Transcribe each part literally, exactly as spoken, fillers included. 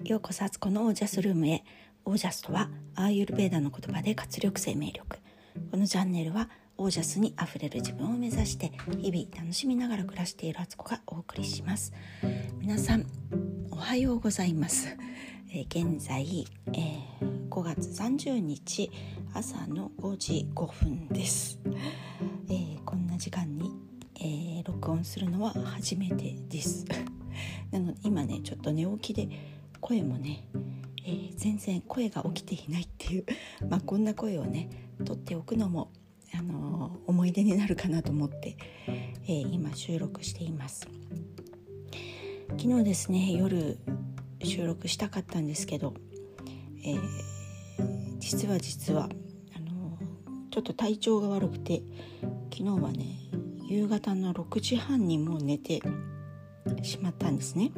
ようこそアツコのオージャスルームへ。オージャスとはアーユルヴェーダの言葉で活力生命力。このチャンネルはオージャスにあふれる自分を目指して日々楽しみながら暮らしているアツコがお送りします。皆さんおはようございます。えー、現在、えー、ごがつさんじゅうにち朝のごじごふんです。えー、こんな時間に、えー、録音するのは初めてですなので今ねちょっと寝起きで声もね、えー、全然声が起きていないっていうまあこんな声をね取っておくのも、あのー、思い出になるかなと思って、えー、今収録しています。昨日ですね夜収録したかったんですけど、えー、実は実はあのー、ちょっと体調が悪くて昨日はね夕方のろくじはんにもう寝てしまったんですね。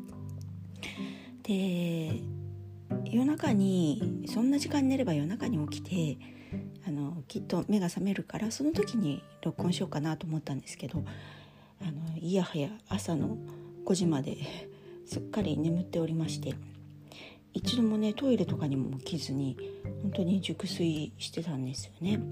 で夜中にそんな時間に寝れば夜中に起きてあのきっと目が覚めるからその時に録音しようかなと思ったんですけど、あのいやはや朝のごじまですっかり眠っておりまして、一度もねトイレとかにも来ずに本当に熟睡してたんですよね。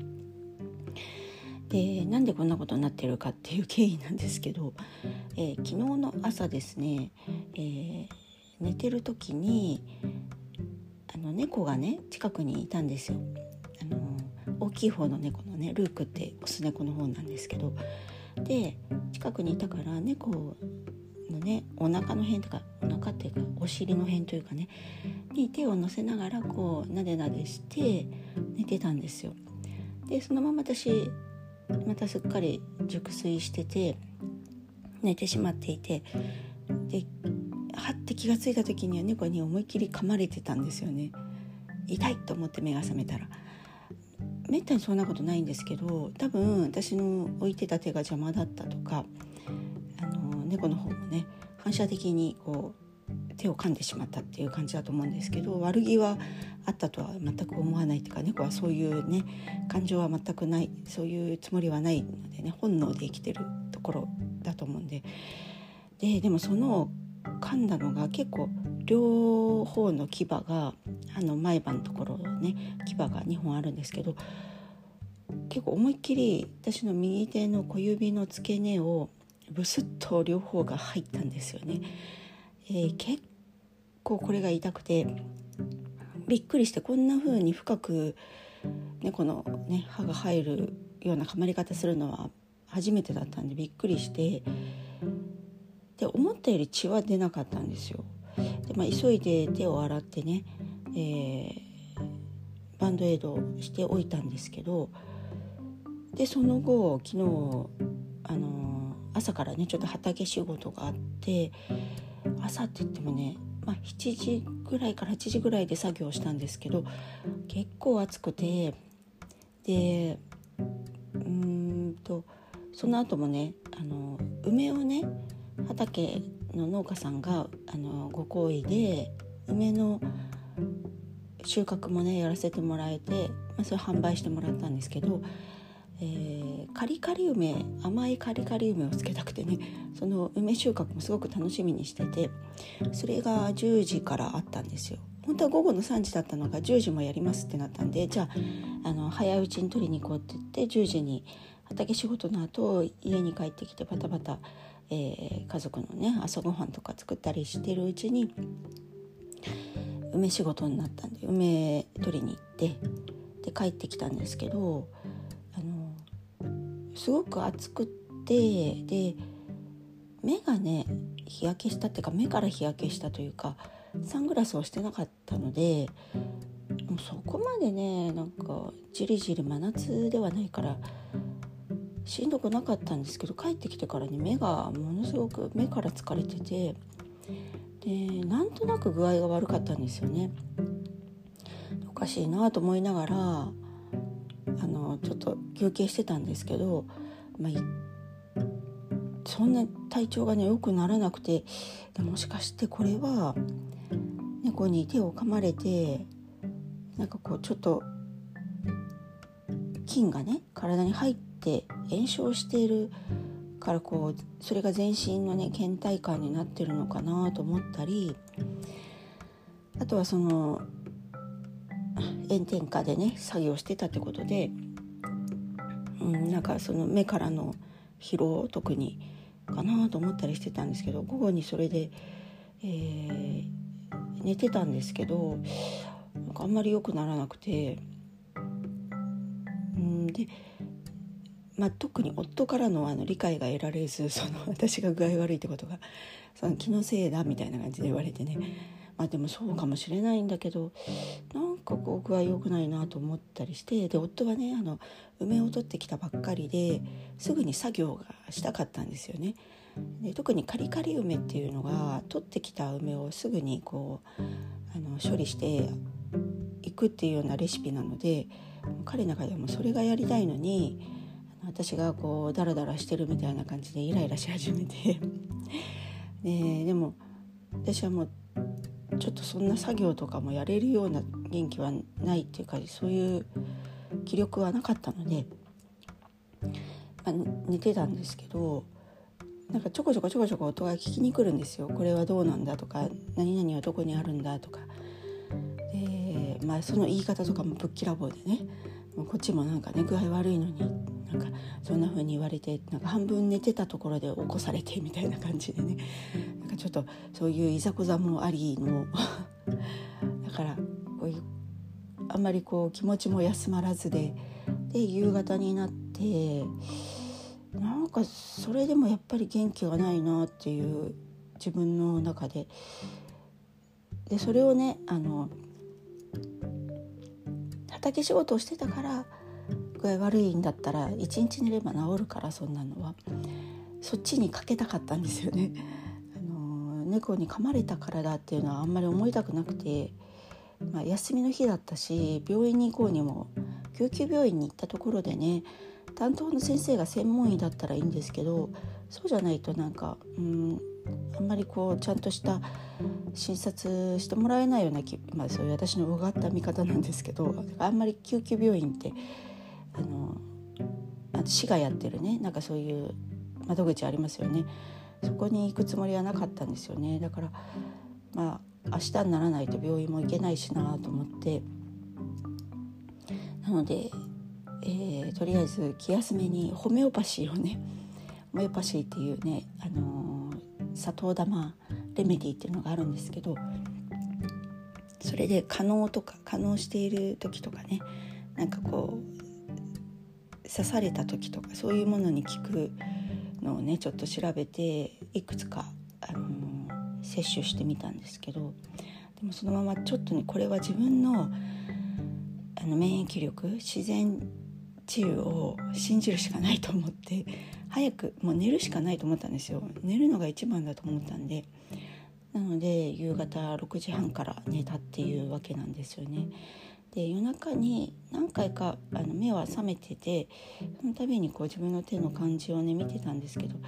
でなんでこんなことになっているかっていう経緯なんですけど、えー、昨日の朝ですね、えー、寝てる時にあの猫がね近くにいたんですよ。あの大きい方の猫のねルークってオス猫の方なんですけど、で近くにいたから猫のねお腹の辺とかお腹っていうかお尻の辺というかねに手を乗せながらこうなでなでして寝てたんですよ。でそのまま私またすっかり熟睡してて寝てしまっていて、ではって気がついた時には猫に思いっきり噛まれてたんですよね。痛いと思って目が覚めたら、めったにそんなことないんですけど、多分私の置いてた手が邪魔だったとか、あの猫の方もね反射的にこう手を噛んでしまったっていう感じだと思うんですけど、悪気はあったとは全く思わないっていうか、猫はそういうね感情は全くない、そういうつもりはないのでね、本能で生きてるところだと思うんで、ででもその噛んだのが結構両方の牙があの前歯のところね牙がにほんあるんですけど、結構思いっきり私の右手の小指の付け根をブスッと両方が入ったんですよね。えー、結構これが痛くてびっくりして、こんな風に深く猫の、ね、歯が入るような噛まれ方するのは初めてだったんでびっくりして、で思ったより血は出なかったんですよ。で、まあ、急いで手を洗ってね、えー、バンドエイドをしておいたんですけど、でその後昨日あのー、朝からねちょっと畑仕事があって、朝って言ってもね、まあ、しちじぐらいからはちじぐらいで作業したんですけど、結構暑くて、でうーんとその後もねあの梅をね畑の農家さんがあのご厚意で梅の収穫もねやらせてもらえて、まあ、それ販売してもらったんですけど、えー、カリカリ梅甘いカリカリ梅をつけたくてね、その梅収穫もすごく楽しみにしてて、それがじゅうじからあったんですよ。本当は午後のさんじだったのがじゅうじもやりますってなったんで、じゃあ、あの早いうちに取りに行こうって言ってじゅうじに畑仕事の後家に帰ってきてバタバタ、えー、家族のね朝ごはんとか作ったりしてるうちに梅仕事になったんで梅取りに行ってで帰ってきたんですけど、あのすごく暑くってで目がね日焼けしたっていうか目から日焼けしたというかサングラスをしてなかったのでもうそこまでねなんかじりじり真夏ではないからしんどくなかったんですけど、帰ってきてからね目がものすごく目から疲れてて、でなんとなく具合が悪かったんですよね。おかしいなと思いながらあのちょっと休憩してたんですけど、まあ、そんな体調がね良くならなくて、もしかしてこれは猫に手を噛まれてなんかこうちょっと菌がね体に入って炎症しているからこうそれが全身のね倦怠感になってるのかなと思ったり、 あとはその炎天下でね作業してたってことで、うん、なんかその目からの疲労特にかなと思ったりしてたんですけど、午後にそれで、えー、寝てたんですけど、なんかあんまり良くならなくて、うんでまあ、特に夫からの、あの理解が得られず、その私が具合悪いってことがその気のせいだみたいな感じで言われてね、まあ、でもそうかもしれないんだけど、なんかこう具合良くないなと思ったりして、で夫はねあの梅を取ってきたばっかりですぐに作業がしたかったんですよね。で特にカリカリ梅っていうのが取ってきた梅をすぐにこうあの処理していくっていうようなレシピなので、彼の中でもそれがやりたいのに、私がこうダラダラしてるみたいな感じでイライラし始めてで, でも私はもうちょっとそんな作業とかもやれるような元気はないっていうか、そういう気力はなかったので、まあ、寝てたんですけど、なんかちょこちょこちょこちょこ音が聞きに来るんですよ。これはどうなんだとか、何々はどこにあるんだとかで、まあ、その言い方とかもぶっきらぼうでね、もうこっちもなんかね具合悪いのになんかそんな風に言われて、なんか半分寝てたところで起こされてみたいな感じでね、なんかちょっとそういういざこざもありのだからこういうあんまりこう気持ちも休まらずで、で夕方になって、なんかそれでもやっぱり元気がないなっていう自分の中で、でそれをねあの畑仕事をしてたから具合悪いんだったら一日寝れば治るから、そんなのはそっちにかけたかったんですよね。あの猫に噛まれたからだっていうのはあんまり思いたくなくて、まあ、休みの日だったし病院に行こうにも救急病院に行ったところでね、担当の先生が専門医だったらいいんですけど、そうじゃないとなんかうんあんまりこうちゃんとした診察してもらえないような気、まあ、そういう私のうがった見方なんですけど、あんまり救急病院ってあのあの市がやってるねなんかそういう窓口ありますよね。そこに行くつもりはなかったんですよね。だからまあ明日にならないと病院も行けないしなと思って、なので、えー、とりあえず気休めにホメオパシーをね、ホメオパシーっていうね、あのー、砂糖玉レメディっていうのがあるんですけど、それで可能とか可能している時とかね、なんかこう刺された時とかそういうものに効くのをねちょっと調べていくつか、あのー、摂取してみたんですけど、でもそのままちょっとねこれは自分の、あの免疫力自然治癒を信じるしかないと思って、早くもう寝るしかないと思ったんですよ。寝るのが一番だと思ったんで、なので夕方ろくじはんから寝たっていうわけなんですよね。で夜中に何回かあの目は覚めてて、その度にこう自分の手の感じをね見てたんですけど、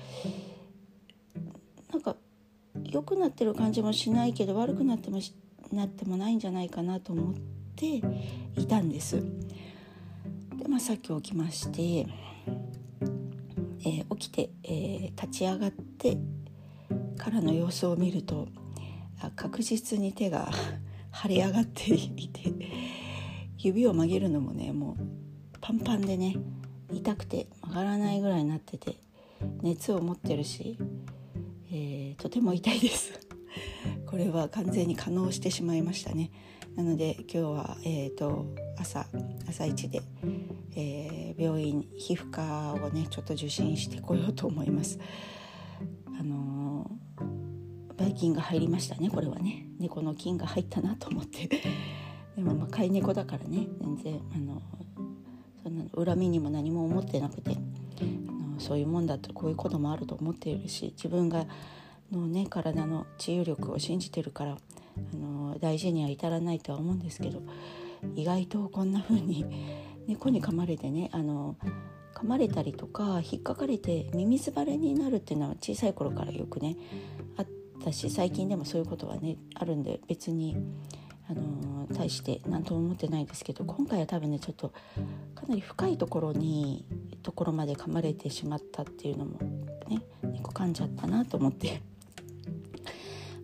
なんか良くなってる感じもしないけど悪くなってもしなってもないんじゃないかなと思っていたんです。で、まあ、さっき起きまして、えー、起きて、えー、立ち上がってからの様子を見ると、あ確実に手が腫れ上がっていて、指を曲げるのもねもうパンパンでね痛くて曲がらないぐらいになってて、熱を持ってるし、えー、とても痛いですこれは完全に可能してしまいましたね。なので今日は、えー、と朝朝一で、えー、病院皮膚科をねちょっと受診してこようと思います。あのー、ばい菌が入りましたね。これはね猫の菌が入ったなと思ってでもまあ飼い猫だからね全然あのそんなの恨みにも何も思ってなくて、あのそういうもんだとこういうこともあると思っているし、自分がのね体の治癒力を信じてるから、あの大事には至らないとは思うんですけど、意外とこんな風に猫に噛まれてね、あの噛まれたりとか引っかかれて耳すばれになるっていうのは小さい頃からよくねあったし、最近でもそういうことはねあるんで別にあの大して何とも思ってないんですけど、今回は多分ねちょっとかなり深いところにところまで噛まれてしまったっていうのもね、猫噛んじゃったなと思って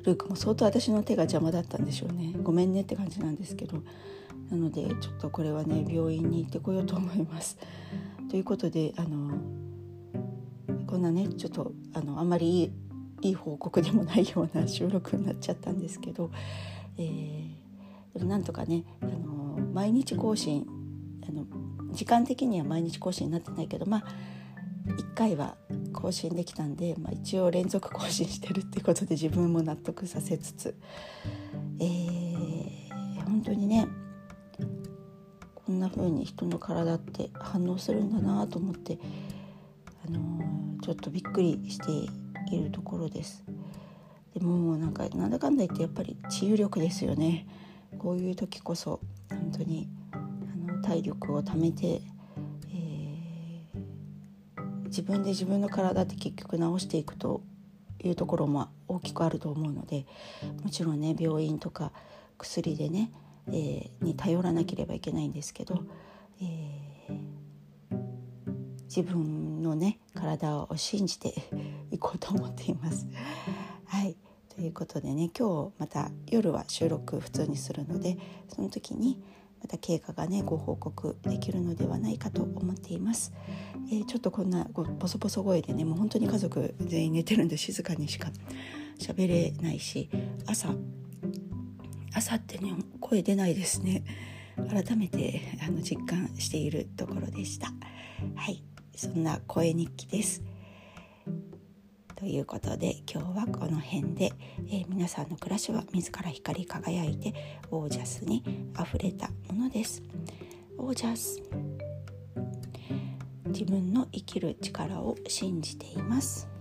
ルークも相当私の手が邪魔だったんでしょうね。ごめんねって感じなんですけど、なのでちょっとこれはね病院に行ってこようと思います。ということであのこんなねちょっとあのあんまりいいいい報告でもないような収録になっちゃったんですけど、えー、でもなんとかねあの毎日更新あの時間的には毎日更新になってないけど、まあいっかいは更新できたんで、まあ、一応連続更新してるっていうことで自分も納得させつつ、えー、本当にねこんな風に人の体って反応するんだなと思って、あのー、ちょっとびっくりしているところです。でもなんかなんだかんだ言ってやっぱり治癒力ですよね。こういう時こそ本当にあの体力をためて、えー、自分で自分の体って結局治していくというところも大きくあると思うので、もちろんね病院とか薬でね、えー、に頼らなければいけないんですけど、えー、自分のね体を信じていこうと思っています。はい、ということでね今日また夜は収録普通にするので、その時にまた経過がねご報告できるのではないかと思っています。えー、ちょっとこんなボソボソ声でねもう本当に家族全員寝てるんで静かにしか喋れないし、朝朝ってね声出ないですね。改めてあの実感しているところでした。はい、そんな声日記です。ということで今日はこの辺で、えー、皆さんの暮らしは自ら光り輝いてオージャスにあふれたものです。オージャス、自分の生きる力を信じています。